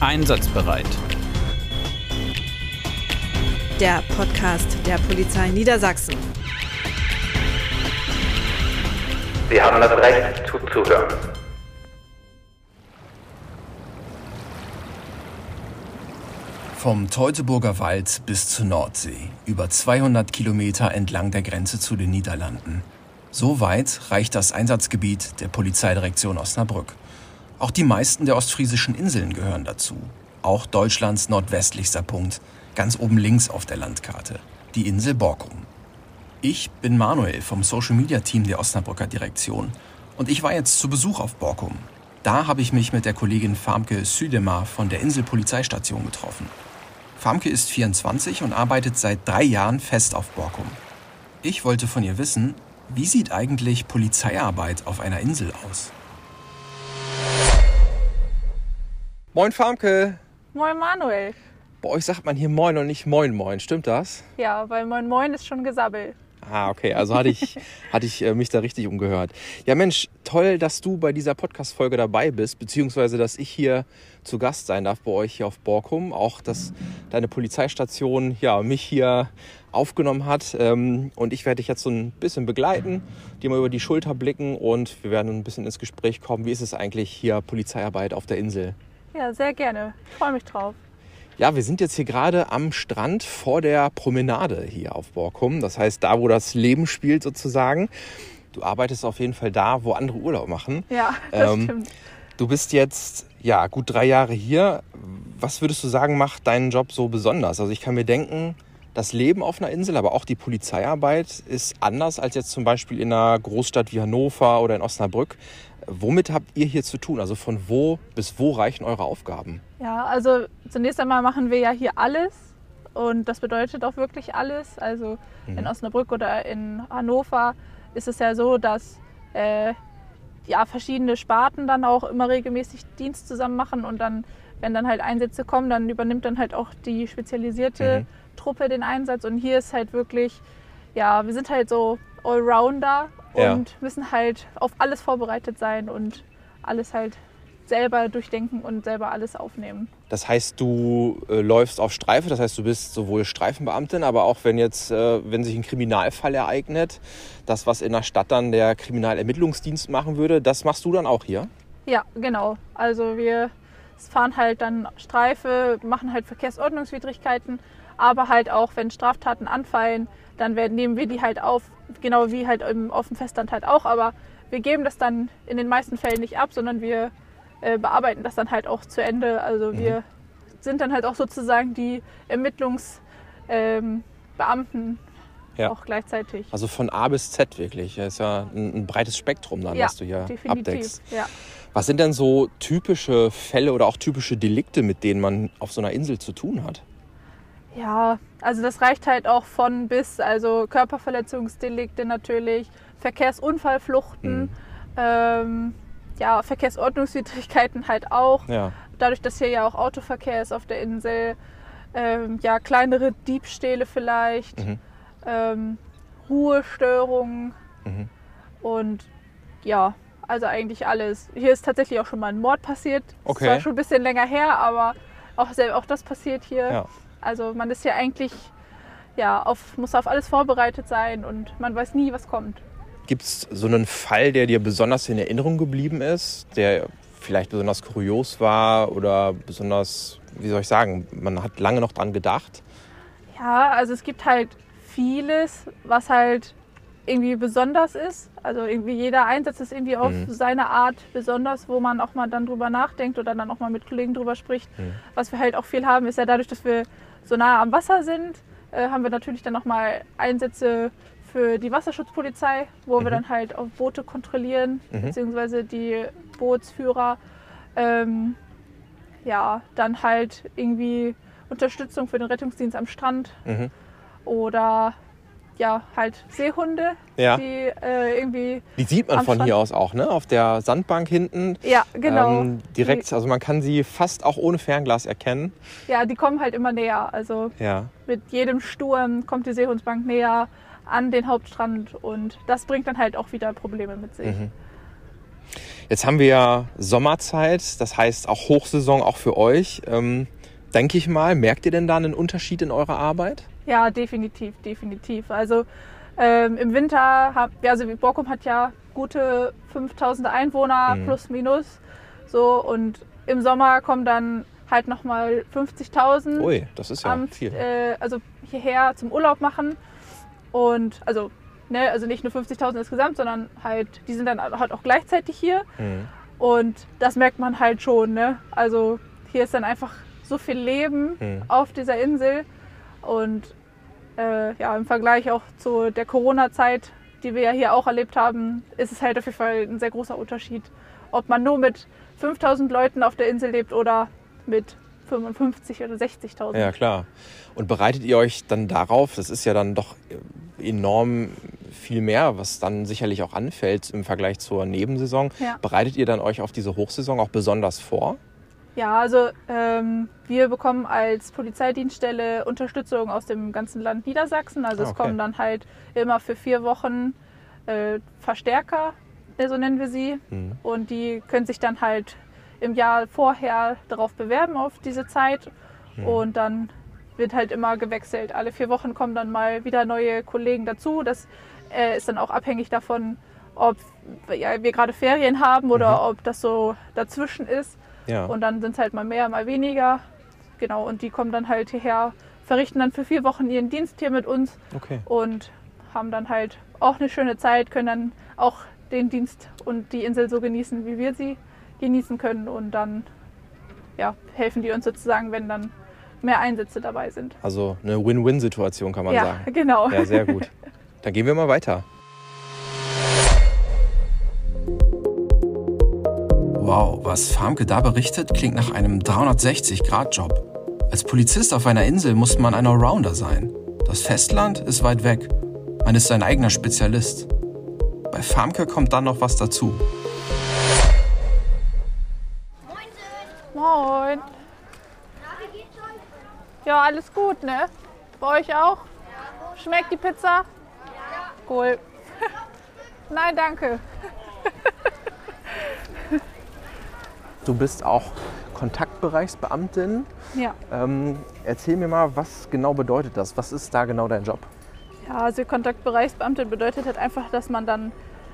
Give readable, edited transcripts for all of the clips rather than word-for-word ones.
Einsatzbereit. Der Podcast der Polizei Niedersachsen. Sie haben das Recht zuzuhören. Vom Teutoburger Wald bis zur Nordsee, über 200 Kilometer entlang der Grenze zu den Niederlanden. So weit reicht das Einsatzgebiet der Polizeidirektion Osnabrück. Auch die meisten der ostfriesischen Inseln gehören dazu. Auch Deutschlands nordwestlichster Punkt, ganz oben links auf der Landkarte, die Insel Borkum. Ich bin Manuel vom Social-Media-Team der Osnabrücker Direktion und ich war jetzt zu Besuch auf Borkum. Da habe ich mich mit der Kollegin Famke Südemar von der Inselpolizeistation getroffen. Famke ist 24 und arbeitet seit 3 Jahren fest auf Borkum. Ich wollte von ihr wissen, wie sieht eigentlich Polizeiarbeit auf einer Insel aus? Moin Famke! Moin Manuel! Bei euch sagt man hier Moin und nicht Moin Moin, stimmt das? Ja, weil Moin Moin ist schon Gesabbel. Ah, okay, also hatte ich mich da richtig umgehört. Ja Mensch, toll, dass du bei dieser Podcast-Folge dabei bist, beziehungsweise dass ich hier zu Gast sein darf bei euch hier auf Borkum. Auch, dass deine Polizeistation mich hier aufgenommen hat. Und ich werde dich jetzt so ein bisschen begleiten, dir mal über die Schulter blicken und wir werden ein bisschen ins Gespräch kommen. Wie ist es eigentlich hier, Polizeiarbeit auf der Insel? Ja, sehr gerne. Ich freue mich drauf. Ja, wir sind jetzt hier gerade am Strand vor der Promenade hier auf Borkum. Das heißt, da, wo das Leben spielt sozusagen. Du arbeitest auf jeden Fall da, wo andere Urlaub machen. Ja, das stimmt. Du bist jetzt gut 3 Jahre hier. Was würdest du sagen, macht deinen Job so besonders? Also ich kann mir denken, das Leben auf einer Insel, aber auch die Polizeiarbeit ist anders als jetzt zum Beispiel in einer Großstadt wie Hannover oder in Osnabrück. Womit habt ihr hier zu tun? Also von wo bis wo reichen eure Aufgaben? Ja, also zunächst einmal machen wir ja hier alles und das bedeutet auch wirklich alles. Also in Osnabrück oder in Hannover ist es ja so, dass verschiedene Sparten dann auch immer regelmäßig Dienst zusammen machen und dann, wenn dann halt Einsätze kommen, dann übernimmt dann halt auch die spezialisierte Truppe den Einsatz und hier ist halt wirklich, wir sind halt so Allrounder und müssen halt auf alles vorbereitet sein und alles halt selber durchdenken und selber alles aufnehmen. Das heißt, du läufst auf Streife, das heißt, du bist sowohl Streifenbeamtin, aber auch wenn sich ein Kriminalfall ereignet, das, was in der Stadt dann der Kriminalermittlungsdienst machen würde, das machst du dann auch hier? Ja, genau. Also wir fahren halt dann Streife, machen halt Verkehrsordnungswidrigkeiten, aber halt auch, wenn Straftaten anfallen, dann nehmen wir die halt auf, genau wie halt auf dem Festland halt auch, aber wir geben das dann in den meisten Fällen nicht ab, sondern wir bearbeiten das dann halt auch zu Ende. Also wir sind dann halt auch sozusagen die Ermittlungsbeamten auch gleichzeitig. Also von A bis Z wirklich. Das ist ja ein breites Spektrum dann, was du hier abdeckst. Ja. Was sind denn so typische Fälle oder auch typische Delikte, mit denen man auf so einer Insel zu tun hat? Ja, also das reicht halt auch von bis, also Körperverletzungsdelikte natürlich, Verkehrsunfallfluchten, Verkehrsordnungswidrigkeiten halt auch. Ja. Dadurch, dass hier ja auch Autoverkehr ist auf der Insel, kleinere Diebstähle vielleicht, Ruhestörungen und also eigentlich alles. Hier ist tatsächlich auch schon mal ein Mord passiert. Okay. Das war schon ein bisschen länger her, aber auch das passiert hier. Ja. Also man ist hier eigentlich, muss auf alles vorbereitet sein und man weiß nie, was kommt. Gibt es so einen Fall, der dir besonders in Erinnerung geblieben ist, der vielleicht besonders kurios war oder besonders, wie soll ich sagen, man hat lange noch dran gedacht? Ja, also es gibt halt vieles, was halt irgendwie besonders ist. Also irgendwie jeder Einsatz ist irgendwie auf seine Art besonders, wo man auch mal dann drüber nachdenkt oder dann auch mal mit Kollegen drüber spricht. Was wir halt auch viel haben, ist ja dadurch, dass wir so nah am Wasser sind, haben wir natürlich dann nochmal Einsätze für die Wasserschutzpolizei, wo wir dann halt auf Boote kontrollieren, beziehungsweise die Bootsführer. Dann halt irgendwie Unterstützung für den Rettungsdienst am Strand oder halt Seehunde, die irgendwie... Die sieht man von hier aus auch, ne? Auf der Sandbank hinten. Ja, genau. Direkt, also man kann sie fast auch ohne Fernglas erkennen. Ja, die kommen halt immer näher. Also mit jedem Sturm kommt die Seehundsbank näher an den Hauptstrand und das bringt dann halt auch wieder Probleme mit sich. Jetzt haben wir ja Sommerzeit, das heißt auch Hochsaison auch für euch. Denke ich mal, merkt ihr denn da einen Unterschied in eurer Arbeit? Ja, definitiv. Also im Winter, Borkum hat ja gute 5000 Einwohner plus minus. So, und im Sommer kommen dann halt nochmal 50.000. Ui, das ist ja viel. Also hierher zum Urlaub machen. Und also nicht nur 50.000 insgesamt, sondern halt, die sind dann halt auch gleichzeitig hier. Und das merkt man halt schon. Ne? Also hier ist dann einfach so viel Leben auf dieser Insel. Und im Vergleich auch zu der Corona-Zeit, die wir ja hier auch erlebt haben, ist es halt auf jeden Fall ein sehr großer Unterschied, ob man nur mit 5.000 Leuten auf der Insel lebt oder mit 55 oder 60.000. Ja, klar. Und bereitet ihr euch dann darauf, das ist ja dann doch enorm viel mehr, was dann sicherlich auch anfällt im Vergleich zur Nebensaison, bereitet ihr dann euch auf diese Hochsaison auch besonders vor? Ja, also wir bekommen als Polizeidienststelle Unterstützung aus dem ganzen Land Niedersachsen. Also es kommen dann halt immer für 4 Wochen Verstärker, so nennen wir sie. Und die können sich dann halt im Jahr vorher darauf bewerben, auf diese Zeit. Und dann wird halt immer gewechselt. Alle 4 Wochen kommen dann mal wieder neue Kollegen dazu. Das ist dann auch abhängig davon, ob wir gerade Ferien haben oder ob das so dazwischen ist. Ja. Und dann sind es halt mal mehr, mal weniger. Genau, und die kommen dann halt hierher, verrichten dann für 4 Wochen ihren Dienst hier mit uns und haben dann halt auch eine schöne Zeit, können dann auch den Dienst und die Insel so genießen, wie wir sie genießen können. Und dann helfen die uns sozusagen, wenn dann mehr Einsätze dabei sind. Also eine Win-Win-Situation, kann man sagen. Ja, genau. Ja, sehr gut. Dann gehen wir mal weiter. Wow, was Farmke da berichtet, klingt nach einem 360-Grad-Job. Als Polizist auf einer Insel muss man ein Allrounder sein. Das Festland ist weit weg. Man ist sein eigener Spezialist. Bei Farmke kommt dann noch was dazu. Moin. Ja, alles gut, ne? Bei euch auch? Schmeckt die Pizza? Ja. Cool. Nein, danke. Du bist auch Kontaktbereichsbeamtin. Ja. Erzähl mir mal, was genau bedeutet das? Was ist da genau dein Job? Ja, also Kontaktbereichsbeamtin bedeutet halt einfach, dass man dann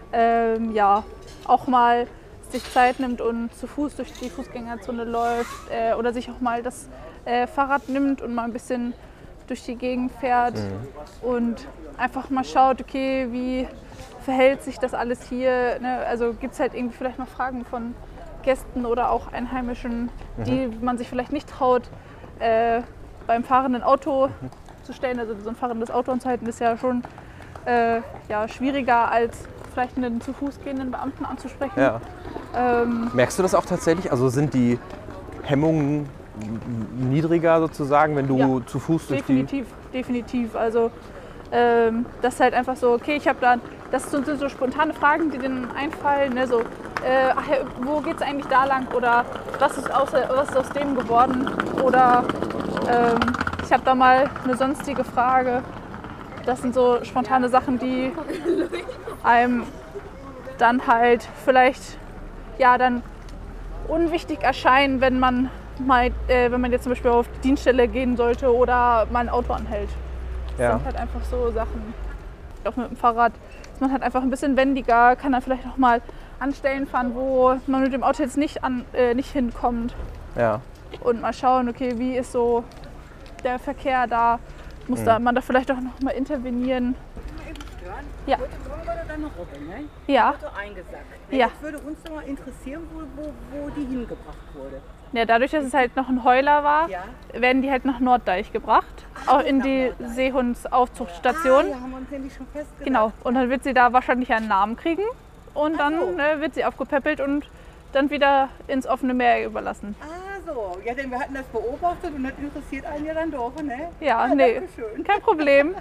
auch mal sich Zeit nimmt und zu Fuß durch die Fußgängerzone läuft oder sich auch mal das Fahrrad nimmt und mal ein bisschen durch die Gegend fährt und einfach mal schaut, okay, wie verhält sich das alles hier? Ne? Also gibt es halt irgendwie vielleicht noch Fragen von Gästen oder auch Einheimischen, die man sich vielleicht nicht traut, beim fahrenden Auto zu stellen. Also so ein fahrendes Auto anzuhalten ist ja schon schwieriger als vielleicht einen zu Fuß gehenden Beamten anzusprechen. Ja. Merkst du das auch tatsächlich? Also sind die Hemmungen niedriger sozusagen, wenn du zu Fuß durch Definitiv. Also das ist halt einfach so, okay, ich habe dann, das sind so spontane Fragen, die denen einfallen, ne? So, wo geht's eigentlich da lang oder was ist aus dem geworden oder ich habe da mal eine sonstige Frage. Das sind so spontane Sachen, die einem dann halt vielleicht dann unwichtig erscheinen, wenn man jetzt zum Beispiel auf die Dienststelle gehen sollte oder mal ein Auto anhält. Das sind halt einfach so Sachen. Auch mit dem Fahrrad ist man halt einfach ein bisschen wendiger, kann dann vielleicht auch mal an Stellen fahren, wo man mit dem Auto jetzt nicht hinkommt. Ja. Und mal schauen, okay, wie ist so der Verkehr da? Muss man da vielleicht auch noch mal intervenieren? Ja. Heute Morgen war da dann noch Robbe, ne? Ja. Auto eingesackt. Ja. Jetzt würde uns doch mal interessieren, wo die hingebracht wurde. Ja, dadurch, dass es halt noch ein Heuler war, werden die halt nach Norddeich gebracht. Auch in die Seehundsaufzuchtstation. Ja, haben wir uns nämlich schon festgestellt. Genau. Und dann wird sie da wahrscheinlich einen Namen kriegen. Und dann wird sie aufgepäppelt und dann wieder ins offene Meer überlassen. Ah so, ja, denn wir hatten das beobachtet und das interessiert einen ja dann doch, ne? Ja, nee, kein Problem.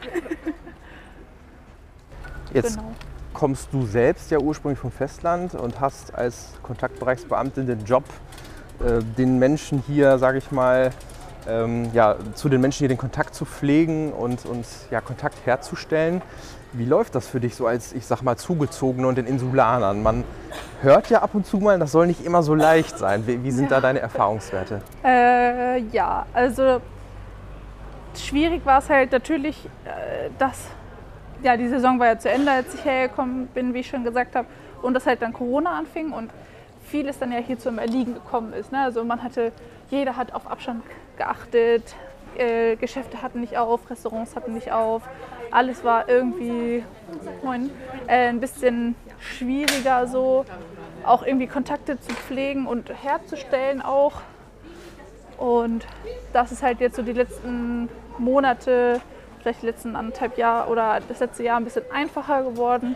Jetzt kommst du selbst ja ursprünglich vom Festland und hast als Kontaktbereichsbeamtin den Job, den Menschen hier, sage ich mal, zu den Menschen hier den Kontakt zu pflegen und Kontakt herzustellen. Wie läuft das für dich so als, ich sag mal, Zugezogene und den Insulanern? Man hört ja ab und zu mal, das soll nicht immer so leicht sein. Wie sind da deine Erfahrungswerte? Also schwierig war es halt natürlich, die Saison war ja zu Ende, als ich hergekommen bin, wie ich schon gesagt habe, und dass halt dann Corona anfing und vieles dann ja hier zum Erliegen gekommen ist. Ne? Also jeder hat auf Abstand geachtet, Geschäfte hatten nicht auf, Restaurants hatten nicht auf, alles war irgendwie ein bisschen schwieriger so, auch irgendwie Kontakte zu pflegen und herzustellen auch. Und das ist halt jetzt so die letzten Monate, vielleicht die letzten 1,5 Jahre oder das letzte Jahr ein bisschen einfacher geworden.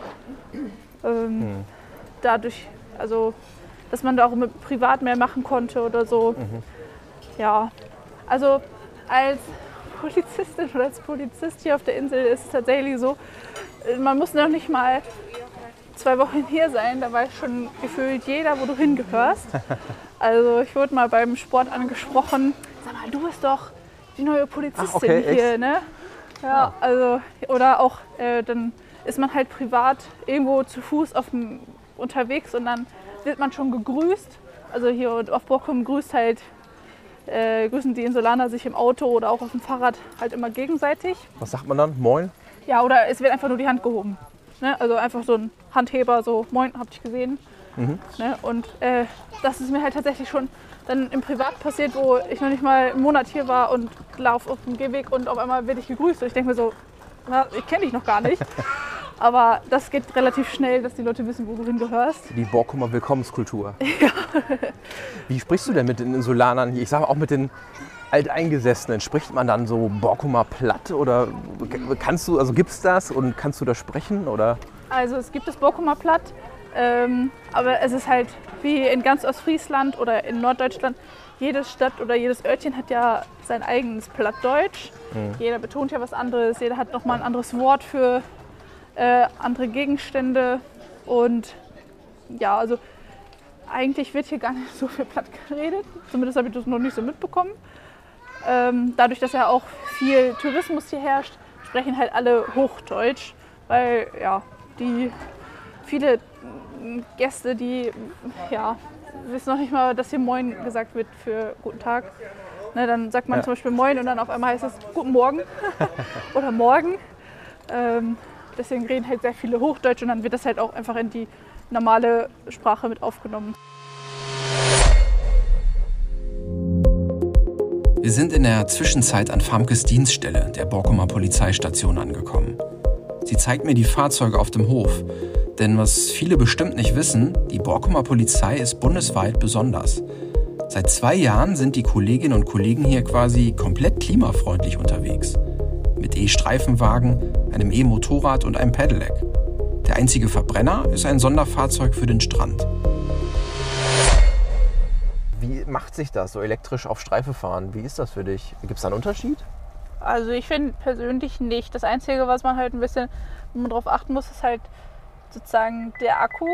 Dadurch, also, dass man da auch privat mehr machen konnte oder so. Ja, also als Polizistin oder als Polizist hier auf der Insel ist es tatsächlich so, man muss noch nicht mal 2 Wochen hier sein, da weiß schon gefühlt jeder, wo du hingehörst. Also ich wurde mal beim Sport angesprochen, sag mal, du bist doch die neue Polizistin hier, ne? Ja, also, oder auch, dann ist man halt privat irgendwo zu Fuß unterwegs und dann wird man schon gegrüßt. Also hier auf Borkum grüßen die Insulaner sich im Auto oder auch auf dem Fahrrad halt immer gegenseitig. Was sagt man dann? Moin? Ja, oder es wird einfach nur die Hand gehoben. Ne? Also einfach so ein Handheber, so Moin, hab ich gesehen. Ne? Und das ist mir halt tatsächlich schon dann im Privat passiert, wo ich noch nicht mal einen Monat hier war und laufe auf dem Gehweg und auf einmal werde ich gegrüßt. Und ich denke mir so, ich kenne dich noch gar nicht. Aber das geht relativ schnell, dass die Leute wissen, wo du hingehörst. Die Borkumer Willkommenskultur. Ja. Wie sprichst du denn mit den Insulanern hier? Ich sage auch mit den Alteingesessenen. Spricht man dann so Borkumer Platt oder gibt es das und kannst du das sprechen? Oder? Also es gibt das Borkumer Platt, aber es ist halt wie in ganz Ostfriesland oder in Norddeutschland. Jede Stadt oder jedes Örtchen hat ja sein eigenes Plattdeutsch. Jeder betont ja was anderes, jeder hat nochmal ein anderes Wort für andere Gegenstände und ja, also eigentlich wird hier gar nicht so viel platt geredet, zumindest habe ich das noch nicht so mitbekommen. Dadurch, dass ja auch viel Tourismus hier herrscht, sprechen halt alle Hochdeutsch, weil ja, viele Gäste, die wissen noch nicht mal, dass hier Moin gesagt wird für Guten Tag. Ne, dann sagt man zum Beispiel Moin und dann auf einmal heißt es Guten Morgen oder Morgen. Deswegen reden halt sehr viele Hochdeutsch und dann wird das halt auch einfach in die normale Sprache mit aufgenommen. Wir sind in der Zwischenzeit an Famkes Dienststelle der Borkumer Polizeistation angekommen. Sie zeigt mir die Fahrzeuge auf dem Hof. Denn was viele bestimmt nicht wissen, die Borkumer Polizei ist bundesweit besonders. Seit 2 Jahren sind die Kolleginnen und Kollegen hier quasi komplett klimafreundlich unterwegs. Mit E-Streifenwagen, einem E-Motorrad und einem Pedelec. Der einzige Verbrenner ist ein Sonderfahrzeug für den Strand. Wie macht sich das, so elektrisch auf Streife fahren? Wie ist das für dich? Gibt es da einen Unterschied? Also ich finde persönlich nicht. Das Einzige, was man halt ein bisschen darauf achten muss, ist halt sozusagen der Akku.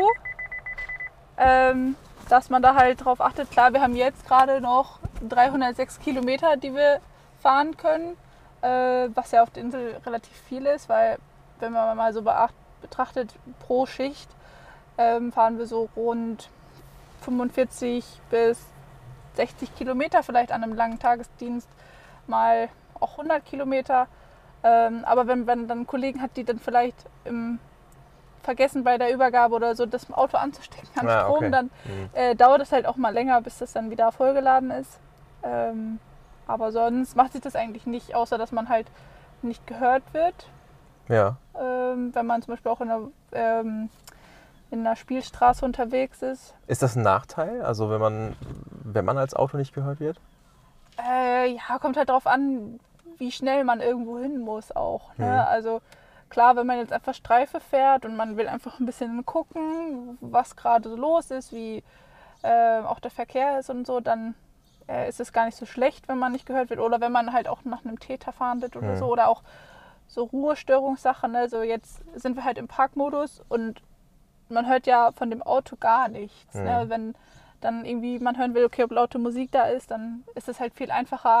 Dass man da halt drauf achtet. Klar, wir haben jetzt gerade noch 306 Kilometer, die wir fahren können. Was ja auf der Insel relativ viel ist, weil wenn man mal so betrachtet, pro Schicht fahren wir so rund 45 bis 60 Kilometer vielleicht an einem langen Tagesdienst, mal auch 100 Kilometer. Aber wenn man dann Kollegen hat, die dann vielleicht vergessen bei der Übergabe oder so, das Auto anzustecken an Strom, dann dauert es halt auch mal länger, bis das dann wieder vollgeladen ist. Aber sonst macht sich das eigentlich nicht, außer dass man halt nicht gehört wird. Ja. Wenn man zum Beispiel auch in einer Spielstraße unterwegs ist. Ist das ein Nachteil? Also wenn man als Auto nicht gehört wird? Ja, kommt halt drauf an, wie schnell man irgendwo hin muss auch. Ne? Also klar, wenn man jetzt einfach Streife fährt und man will einfach ein bisschen gucken, was gerade so los ist, wie auch der Verkehr ist und so, dann ist es gar nicht so schlecht, wenn man nicht gehört wird. Oder wenn man halt auch nach einem Täter fahndet oder so. Oder auch so Ruhestörungssachen. Ne? So jetzt sind wir halt im Parkmodus und man hört ja von dem Auto gar nichts. Ne? Wenn dann irgendwie man hören will, okay, ob laute Musik da ist, dann ist es halt viel einfacher,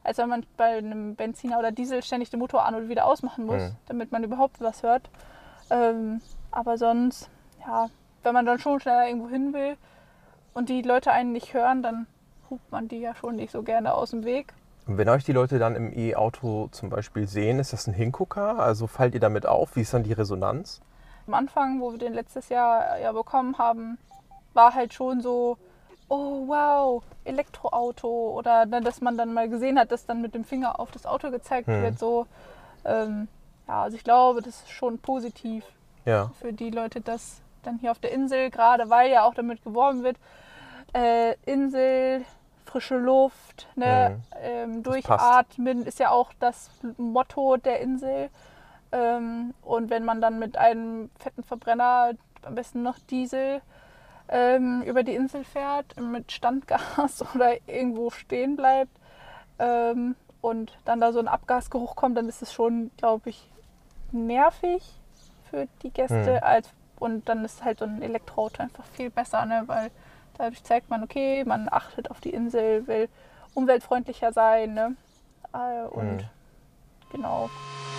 als wenn man bei einem Benziner oder Diesel ständig den Motor an- und wieder ausmachen muss, damit man überhaupt was hört. Aber sonst, ja, wenn man dann schon schneller irgendwo hin will und die Leute einen nicht hören, dann hupt man die ja schon nicht so gerne aus dem Weg. Und wenn euch die Leute dann im E-Auto zum Beispiel sehen, ist das ein Hingucker? Also fallt ihr damit auf? Wie ist dann die Resonanz? Am Anfang, wo wir den letztes Jahr ja bekommen haben, war halt schon so, oh wow, Elektroauto. Oder dass man dann mal gesehen hat, dass dann mit dem Finger auf das Auto gezeigt wird. So, also ich glaube, das ist schon positiv für die Leute, dass dann hier auf der Insel, gerade weil ja auch damit geworben wird, Insel, frische Luft, ne, durchatmen ist ja auch das Motto der Insel. Und wenn man dann mit einem fetten Verbrenner, am besten noch Diesel, über die Insel fährt, mit Standgas oder irgendwo stehen bleibt und dann da so ein Abgasgeruch kommt, dann ist es schon, glaube ich, nervig für die Gäste. Und dann ist halt so ein Elektroauto einfach viel besser, ne, weil dadurch zeigt man, okay, man achtet auf die Insel, will umweltfreundlicher sein, ne? Und genau.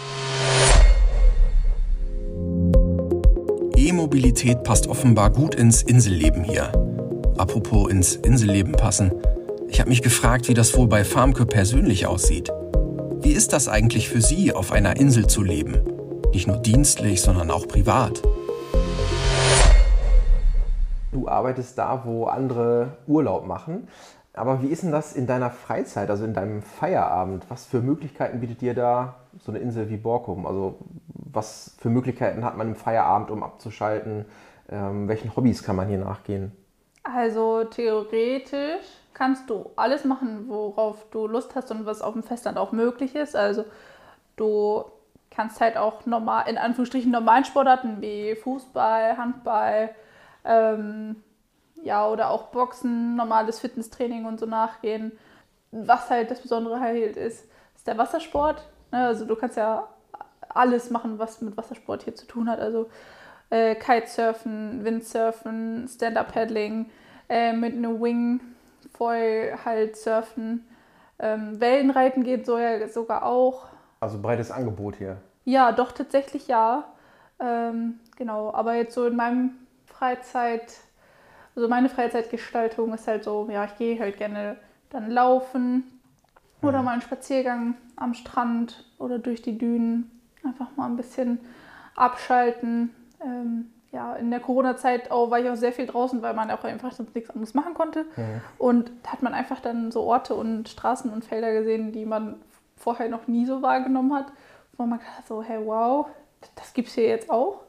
E-Mobilität passt offenbar gut ins Inselleben hier. Apropos ins Inselleben passen. Ich habe mich gefragt, wie das wohl bei Farmke persönlich aussieht. Wie ist das eigentlich für Sie, auf einer Insel zu leben? Nicht nur dienstlich, sondern auch privat. Du arbeitest da, wo andere Urlaub machen. Aber wie ist denn das in deiner Freizeit, also in deinem Feierabend? Was für Möglichkeiten bietet dir da so eine Insel wie Borkum? Also was für Möglichkeiten hat man im Feierabend, um abzuschalten? Welchen Hobbys kann man hier nachgehen? Also theoretisch kannst du alles machen, worauf du Lust hast und was auf dem Festland auch möglich ist. Also du kannst halt auch normal, in Anführungsstrichen normalen Sportarten wie Fußball, Handball, oder auch Boxen, normales Fitnesstraining und so nachgehen. Was halt das Besondere halt ist der Wassersport. Also du kannst ja alles machen, was mit Wassersport hier zu tun hat. Also Kitesurfen, Windsurfen, Stand-Up-Paddling, mit einem Wing voll halt surfen. Wellenreiten geht so ja sogar auch. Also breites Angebot hier. Ja, doch, tatsächlich ja. Genau, aber jetzt so in meine Freizeitgestaltung ist halt so, ja, ich gehe halt gerne dann laufen oder mal einen Spaziergang am Strand oder durch die Dünen. Einfach mal ein bisschen abschalten. In der Corona-Zeit war ich auch sehr viel draußen, weil man auch einfach sonst nichts anderes machen konnte. Und da hat man einfach dann so Orte und Straßen und Felder gesehen, die man vorher noch nie so wahrgenommen hat. Wo man gedacht hat, so, hey, wow, das gibt's hier jetzt auch.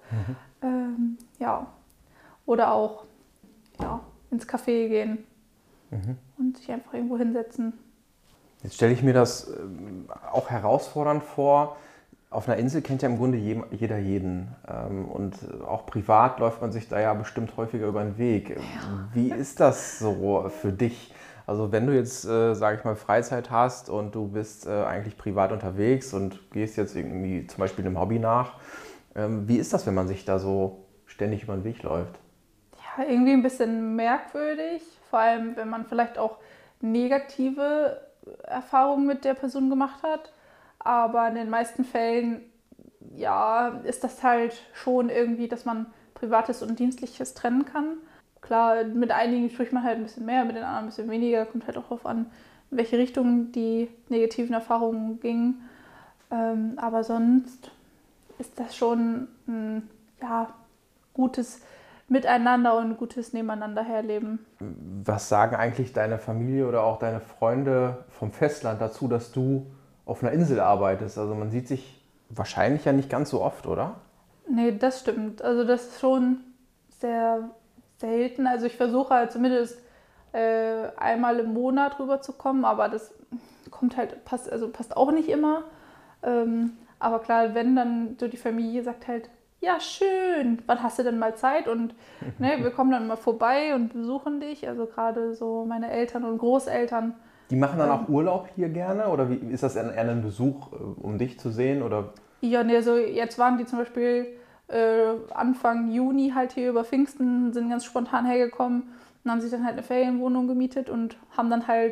Oder auch ins Café gehen und sich einfach irgendwo hinsetzen. Jetzt stelle ich mir das auch herausfordernd vor. Auf einer Insel kennt ja im Grunde jeder jeden. Und auch privat läuft man sich da ja bestimmt häufiger über den Weg. Ja. Wie ist das so für dich? Also wenn du jetzt, sage ich mal, Freizeit hast und du bist eigentlich privat unterwegs und gehst jetzt irgendwie zum Beispiel einem Hobby nach, wie ist das, wenn man sich da so ständig über den Weg läuft? Ja, irgendwie ein bisschen merkwürdig, vor allem wenn man vielleicht auch negative Erfahrungen mit der Person gemacht hat. Aber in den meisten Fällen, ist das halt schon irgendwie, dass man Privates und Dienstliches trennen kann. Klar, mit einigen spricht man halt ein bisschen mehr, mit den anderen ein bisschen weniger. Kommt halt auch darauf an, in welche Richtung die negativen Erfahrungen gingen. Aber sonst ist das schon ein gutes Miteinander und ein gutes Nebeneinander herleben. Was sagen eigentlich deine Familie oder auch deine Freunde vom Festland dazu, dass du auf einer Insel arbeitest? Also man sieht sich wahrscheinlich ja nicht ganz so oft, oder? Nee, das stimmt. Also das ist schon sehr selten. Also ich versuche halt zumindest einmal im Monat rüberzukommen, aber das kommt halt, passt auch nicht immer. Aber klar, wenn dann so die Familie sagt halt, ja schön, wann hast du denn mal Zeit? Und wir kommen dann mal vorbei und besuchen dich. Also gerade so meine Eltern und Großeltern. Die machen dann auch Urlaub hier gerne? Oder wie ist das eher ein Besuch, um dich zu sehen? Oder? Ja, also jetzt waren die zum Beispiel Anfang Juni halt hier über Pfingsten, sind ganz spontan hergekommen und haben sich dann halt eine Ferienwohnung gemietet und haben dann halt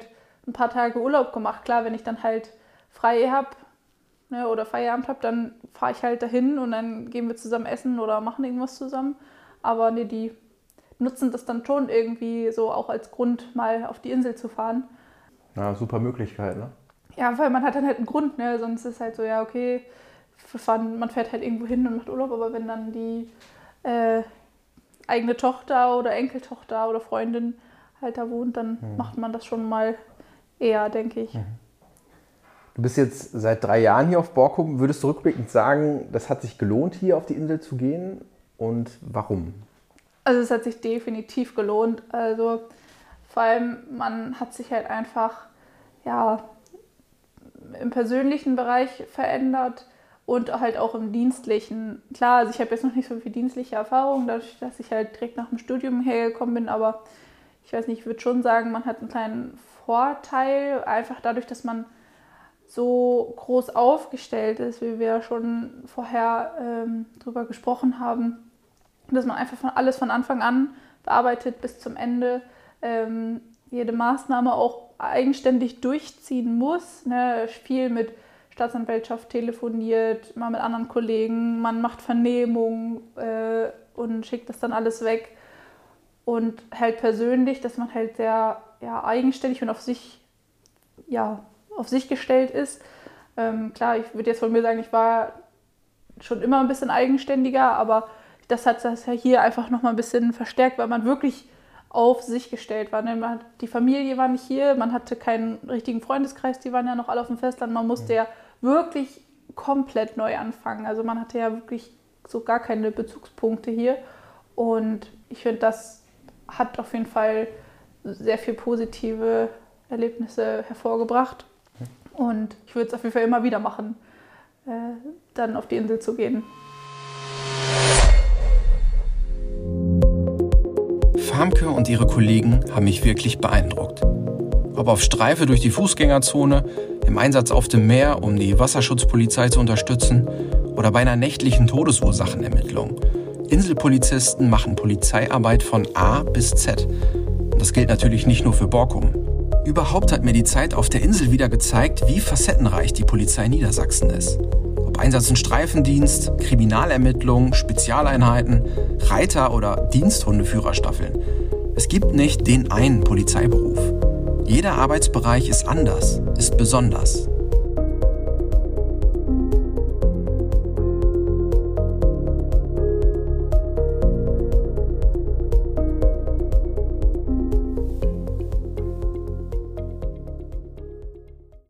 ein paar Tage Urlaub gemacht. Klar, wenn ich dann halt frei habe, ne, oder Feierabend habe, dann fahre ich halt dahin und dann gehen wir zusammen essen oder machen irgendwas zusammen. Aber ne, die nutzen das dann schon irgendwie so auch als Grund, mal auf die Insel zu fahren. Ja, super Möglichkeit, ne? Ja, weil man hat dann halt einen Grund, ne? Sonst ist halt so, ja, okay, man fährt halt irgendwo hin und macht Urlaub, aber wenn dann die eigene Tochter oder Enkeltochter oder Freundin halt da wohnt, dann macht man das schon mal eher, denke ich. Du bist jetzt seit 3 Jahren hier auf Borkum. Würdest du rückblickend sagen, das hat sich gelohnt, hier auf die Insel zu gehen? Und warum? Also es hat sich definitiv gelohnt. Also vor allem, man hat sich halt einfach ja, im persönlichen Bereich verändert und halt auch im dienstlichen. Klar, also ich habe jetzt noch nicht so viel dienstliche Erfahrung, dadurch, dass ich halt direkt nach dem Studium hergekommen bin, aber ich weiß nicht, ich würde schon sagen, man hat einen kleinen Vorteil, einfach dadurch, dass man so groß aufgestellt ist, wie wir schon vorher drüber gesprochen haben, dass man einfach alles von Anfang an bearbeitet bis zum Ende, jede Maßnahme auch eigenständig durchziehen muss, ne? Viel mit Staatsanwaltschaft telefoniert, mal mit anderen Kollegen, man macht Vernehmungen und schickt das dann alles weg. Und halt persönlich, dass man halt sehr eigenständig und auf sich gestellt ist. Klar, ich würde jetzt von mir sagen, ich war schon immer ein bisschen eigenständiger, aber das hat das ja hier einfach nochmal ein bisschen verstärkt, weil man wirklich auf sich gestellt war. Die Familie war nicht hier, man hatte keinen richtigen Freundeskreis, die waren ja noch alle auf dem Festland. Man musste ja wirklich komplett neu anfangen. Also man hatte ja wirklich so gar keine Bezugspunkte hier. Und ich finde, das hat auf jeden Fall sehr viel positive Erlebnisse hervorgebracht. Und ich würde es auf jeden Fall immer wieder machen, dann auf die Insel zu gehen. Famke und ihre Kollegen haben mich wirklich beeindruckt. Ob auf Streife durch die Fußgängerzone, im Einsatz auf dem Meer, um die Wasserschutzpolizei zu unterstützen oder bei einer nächtlichen Todesursachenermittlung. Inselpolizisten machen Polizeiarbeit von A bis Z. Und das gilt natürlich nicht nur für Borkum. Überhaupt hat mir die Zeit auf der Insel wieder gezeigt, wie facettenreich die Polizei Niedersachsen ist. Ob Einsatz in Streifendienst, Kriminalermittlungen, Spezialeinheiten, Reiter- oder Diensthundeführerstaffeln. Es gibt nicht den einen Polizeiberuf. Jeder Arbeitsbereich ist anders, ist besonders.